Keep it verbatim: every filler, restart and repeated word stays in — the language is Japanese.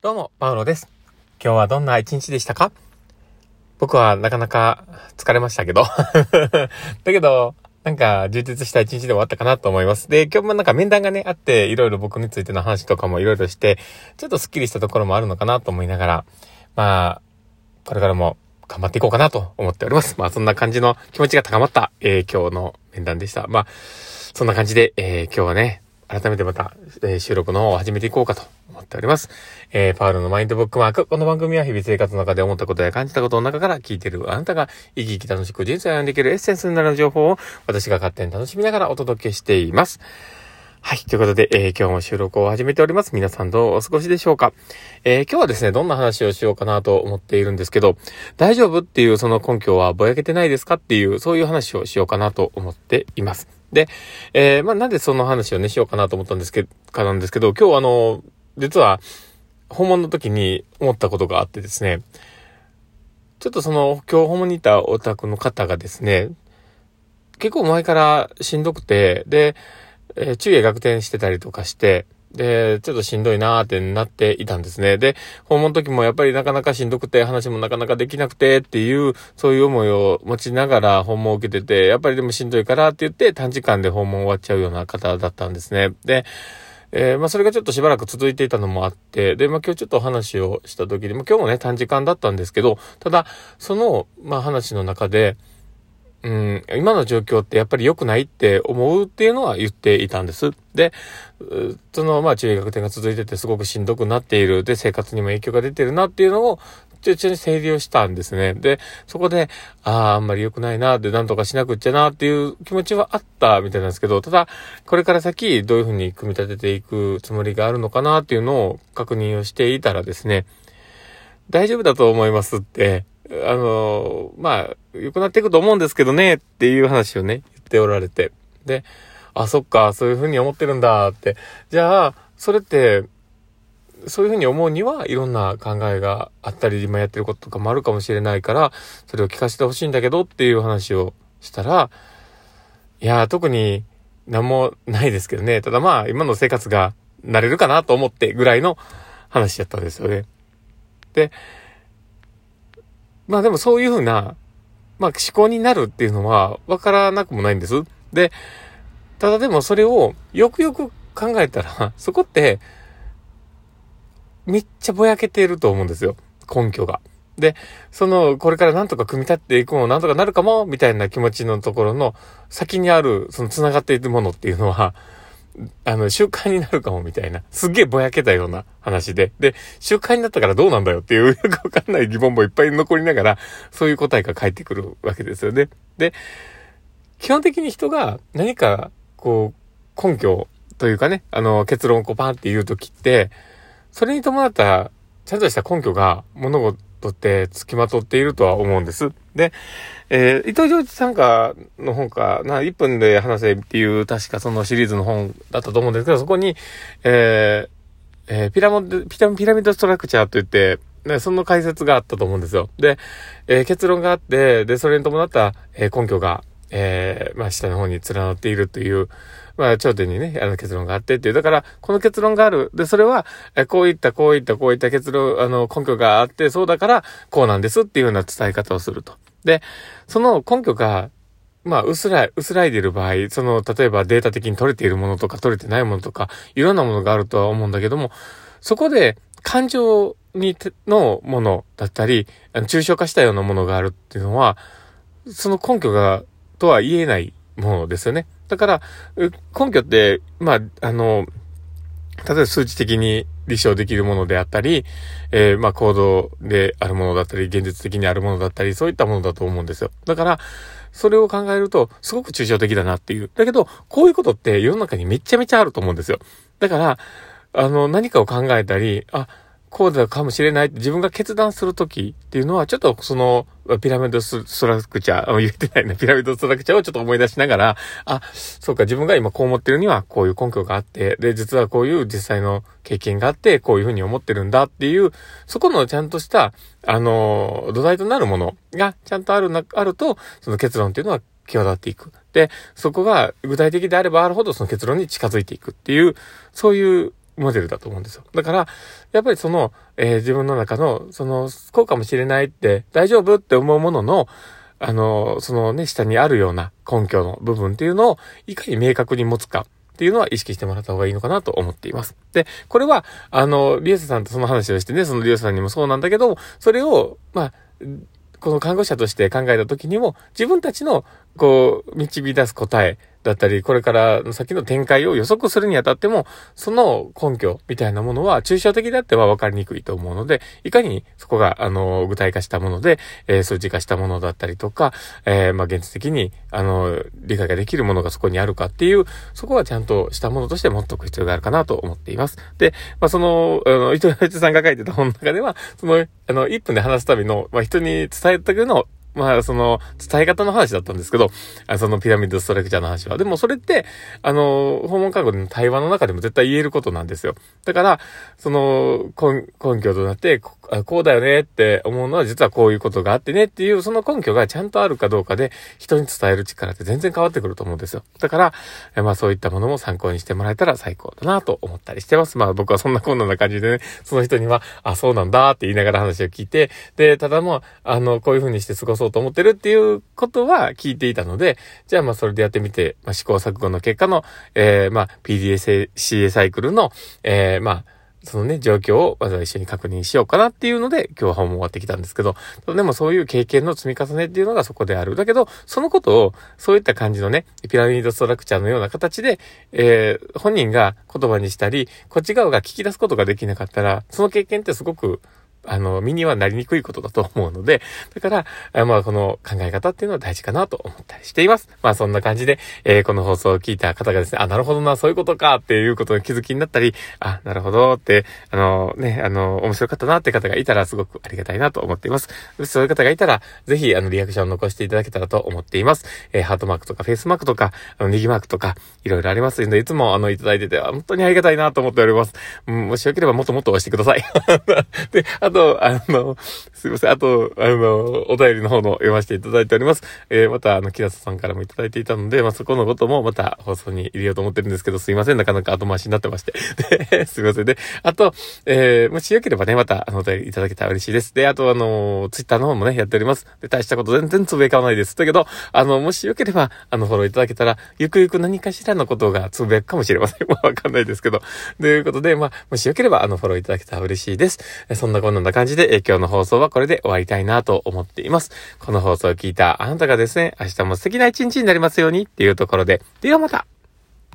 どうも、パウロです。今日はどんな一日でしたか？僕はなかなか疲れましたけど。だけど、なんか充実した一日で終わったかなと思います。で、今日もなんか面談がね、あって、いろいろ僕についての話とかもいろいろして、ちょっとスッキリしたところもあるのかなと思いながら、まあ、これからも頑張っていこうかなと思っております。まあ、そんな感じの気持ちが高まった、えー、今日の面談でした。まあ、そんな感じで、えー、今日はね、改めてまた、えー、収録の方を始めていこうかと思っております。えー、パウロのマインドブックマーク。この番組は日々生活の中で思ったことや感じたことの中から聞いているあなたが生き生き楽しく人生を歩んでいけるエッセンスになる情報を私が勝手に楽しみながらお届けしています。はい。ということで、えー、今日も収録を始めております。皆さんどうお過ごしでしょうか？えー、今日はですね、どんな話をしようかなと思っているんですけど、大丈夫っていうその根拠はぼやけてないですかっていう、そういう話をしようかなと思っています。で、えー、まあ、なんでその話をね、しようかなと思ったんですけど、かなんですけど、今日あの、実は、訪問の時に思ったことがあってですね、ちょっとその、今日訪問に行ったお宅の方がですね、結構前からしんどくて、で、えー、昼夜逆転してたりとかして、で、ちょっとしんどいなーってなっていたんですね。で、訪問の時もやっぱりなかなかしんどくて、話もなかなかできなくてっていう、そういう思いを持ちながら訪問を受けてて、やっぱりでもしんどいからって言って短時間で訪問終わっちゃうような方だったんですね。で、えー、まあそれがちょっとしばらく続いていたのもあって、で、まあ今日ちょっと話をした時に、まあ今日もね短時間だったんですけど、ただ、その、まあ話の中で、うん、今の状況ってやっぱり良くないって思うっていうのは言っていたんです。で、その、まあ、注意逆転が続いててすごくしんどくなっている。で、生活にも影響が出てるなっていうのを、ちょいちょい整理をしたんですね。で、そこで、ああ、あんまり良くないなって、なんとかしなくっちゃなっていう気持ちはあったみたいなんですけど、ただ、これから先、どういうふうに組み立てていくつもりがあるのかなっていうのを確認をしていたらですね、大丈夫だと思いますって、あの、まあ、良くなっていくと思うんですけどね、っていう話をね、言っておられて。で、あ、そっか、そういうふうに思ってるんだって。じゃあ、それって、そういうふうに思うには、いろんな考えがあったり、今やってることとかもあるかもしれないから、それを聞かせてほしいんだけどっていう話をしたら、いや、特に何もないですけどね。ただまあ、今の生活が慣れるかなと思ってぐらいの話だったんですよね。で、まあでもそういうふうな、まあ思考になるっていうのは分からなくもないんです。で、ただでもそれをよくよく考えたら、そこってめっちゃぼやけていると思うんですよ。根拠が。で、その、これからなんとか組み立っていくもなんとかなるかも、みたいな気持ちのところの先にある、その繋がっているものっていうのは、あの、習慣になるかもみたいな、すっげえぼやけたような話で、で、習慣になったからどうなんだよっていう、よくわかんない疑問もいっぱい残りながら、そういう答えが返ってくるわけですよね。で、基本的に人が何か、こう、根拠というかね、あの、結論をこうパンって言うときって、それに伴った、ちゃんとした根拠が物事って付きまとっているとは思うんです。で、えー、伊藤浄一さんかの本かな、いっぷんで話せっていう、確かそのシリーズの本だったと思うんですけど、そこに、えー、えー、ピラモデ、ピラピラミッドストラクチャーといって、ね、その解説があったと思うんですよ。で、えー、結論があって、で、それに伴った、えー、根拠が、えー、まあ、下の方に連なっているという、まあ、頂点にね、あの結論があってっていう。だから、この結論がある。で、それは、えこういった、こういった、こういった結論、あの、根拠があって、そうだから、こうなんですっていうような伝え方をすると。で、その根拠が、まあ、薄らい、薄らいでいる場合、その、例えばデータ的に取れているものとか、取れてないものとか、いろんなものがあるとは思うんだけども、そこで、感情に、のものだったり、あの抽象化したようなものがあるっていうのは、その根拠が、とは言えないものですよね。だから、根拠って、まあ、あの、例えば数値的に立証できるものであったり、えー、まあ、行動であるものだったり、現実的にあるものだったり、そういったものだと思うんですよ。だから、それを考えると、すごく抽象的だなっていう。だけど、こういうことって世の中にめちゃめちゃあると思うんですよ。だから、あの、何かを考えたり、あ、こうだかもしれないって自分が決断するときっていうのは、ちょっとその、ピラミッドストラクチャー、あ言ってないね、ピラミッドストラクチャーをちょっと思い出しながら、あ、そうか、自分が今こう思ってるにはこういう根拠があって、で、実はこういう実際の経験があって、こういうふうに思ってるんだっていう、そこのちゃんとした、あの、土台となるものがちゃんとあるな、あると、その結論っていうのは際立っていく。で、そこが具体的であればあるほどその結論に近づいていくっていう、そういうモデルだと思うんですよ。だから、やっぱりその、えー、自分の中の、その、こうかもしれないって、大丈夫って思うものの、あの、そのね、下にあるような根拠の部分っていうのを、いかに明確に持つかっていうのは意識してもらった方がいいのかなと思っています。で、これは、あの、リエサさんとその話をしてね、そのリエサさんにもそうなんだけど、それを、まあ、この看護者として考えたときにも、自分たちの、こう、導き出す答えだったり、これからの先の展開を予測するにあたっても、その根拠みたいなものは抽象的であっては分かりにくいと思うので、いかにそこが、あの、具体化したもので、えー、数値化したものだったりとか、えー、まあ、現実的に、あの、理解ができるものがそこにあるかっていう、そこはちゃんとしたものとして持っておく必要があるかなと思っています。で、まあ、その、あの、伊藤洋一さんが書いてた本の中では、その、あの、いっぷんで話すたびの、まあ、人に伝えてくるのまあ、その、伝え方の話だったんですけど、あそのピラミッドストラクチャーの話は。でもそれって、あの、訪問看護での対話の中でも絶対言えることなんですよ。だから、その、根, 根拠となってこ、こうだよねって思うのは実はこういうことがあってねっていう、その根拠がちゃんとあるかどうかで、人に伝える力って全然変わってくると思うんですよ。だから、まあそういったものも参考にしてもらえたら最高だなと思ったりしてます。まあ僕はそんなこんな感じでね、その人には、あ、そうなんだって言いながら話を聞いて、で、ただもう、あの、こういう風にして過ごそうと思ってるっていうことは聞いていたので、じゃあまあそれでやってみて、まあ試行錯誤の結果の、えー、まあ ピーディーエスシーエー サイクルの、えー、まあ、そのね、状況をまずは一緒に確認しようかなっていうので、今日は本も終わってきたんですけど、でもそういう経験の積み重ねっていうのがそこである。だけど、そのことを、そういった感じのね、ピラミッドストラクチャーのような形で、えー、本人が言葉にしたり、こっち側が聞き出すことができなかったら、その経験ってすごく、あの、身にはなりにくいことだと思うので、だから、まあ、この考え方っていうのは大事かなと思ったりしています。まあ、そんな感じで、えー、この放送を聞いた方がですね、あ、なるほどな、そういうことかっていうことに気づきになったり、あ、なるほどって、あの、ね、あの、面白かったなって方がいたらすごくありがたいなと思っています。そういう方がいたら、ぜひ、あの、リアクションを残していただけたらと思っています。えー、ハートマークとかフェイスマークとか、あの、ネギマークとか、いろいろありますので、いつも、あの、いただいてて、本当にありがたいなと思っております。うん、もしよければもっともっと押してください。で、あと、あの、すいません。あと、あの、お便りの方の読ませていただいております。えー、また、あの、キラサさんからもいただいていたので、まあ、そこのこともまた放送に入れようと思ってるんですけど、すいません。なかなか後回しになってまして。で、すいません。で、あと、えー、もしよければね、また、あの、お便りいただけたら嬉しいです。で、あと、あの、ツイッターの方もね、やっております。で、大したこと全然つぶやかないです。だけど、あの、もしよければ、あの、フォローいただけたら、ゆくゆく何かしらのことがつぶやくかもしれません。まあ、わかんないですけど。ということで、まあ、もしよければ、あの、フォローいただけたら嬉しいです。そんなこんな感じで、えー、今日の放送はこれで終わりたいなと思っています。この放送を聞いたあなたがですね、明日も素敵な一日になりますようにっていうところで、ではまた。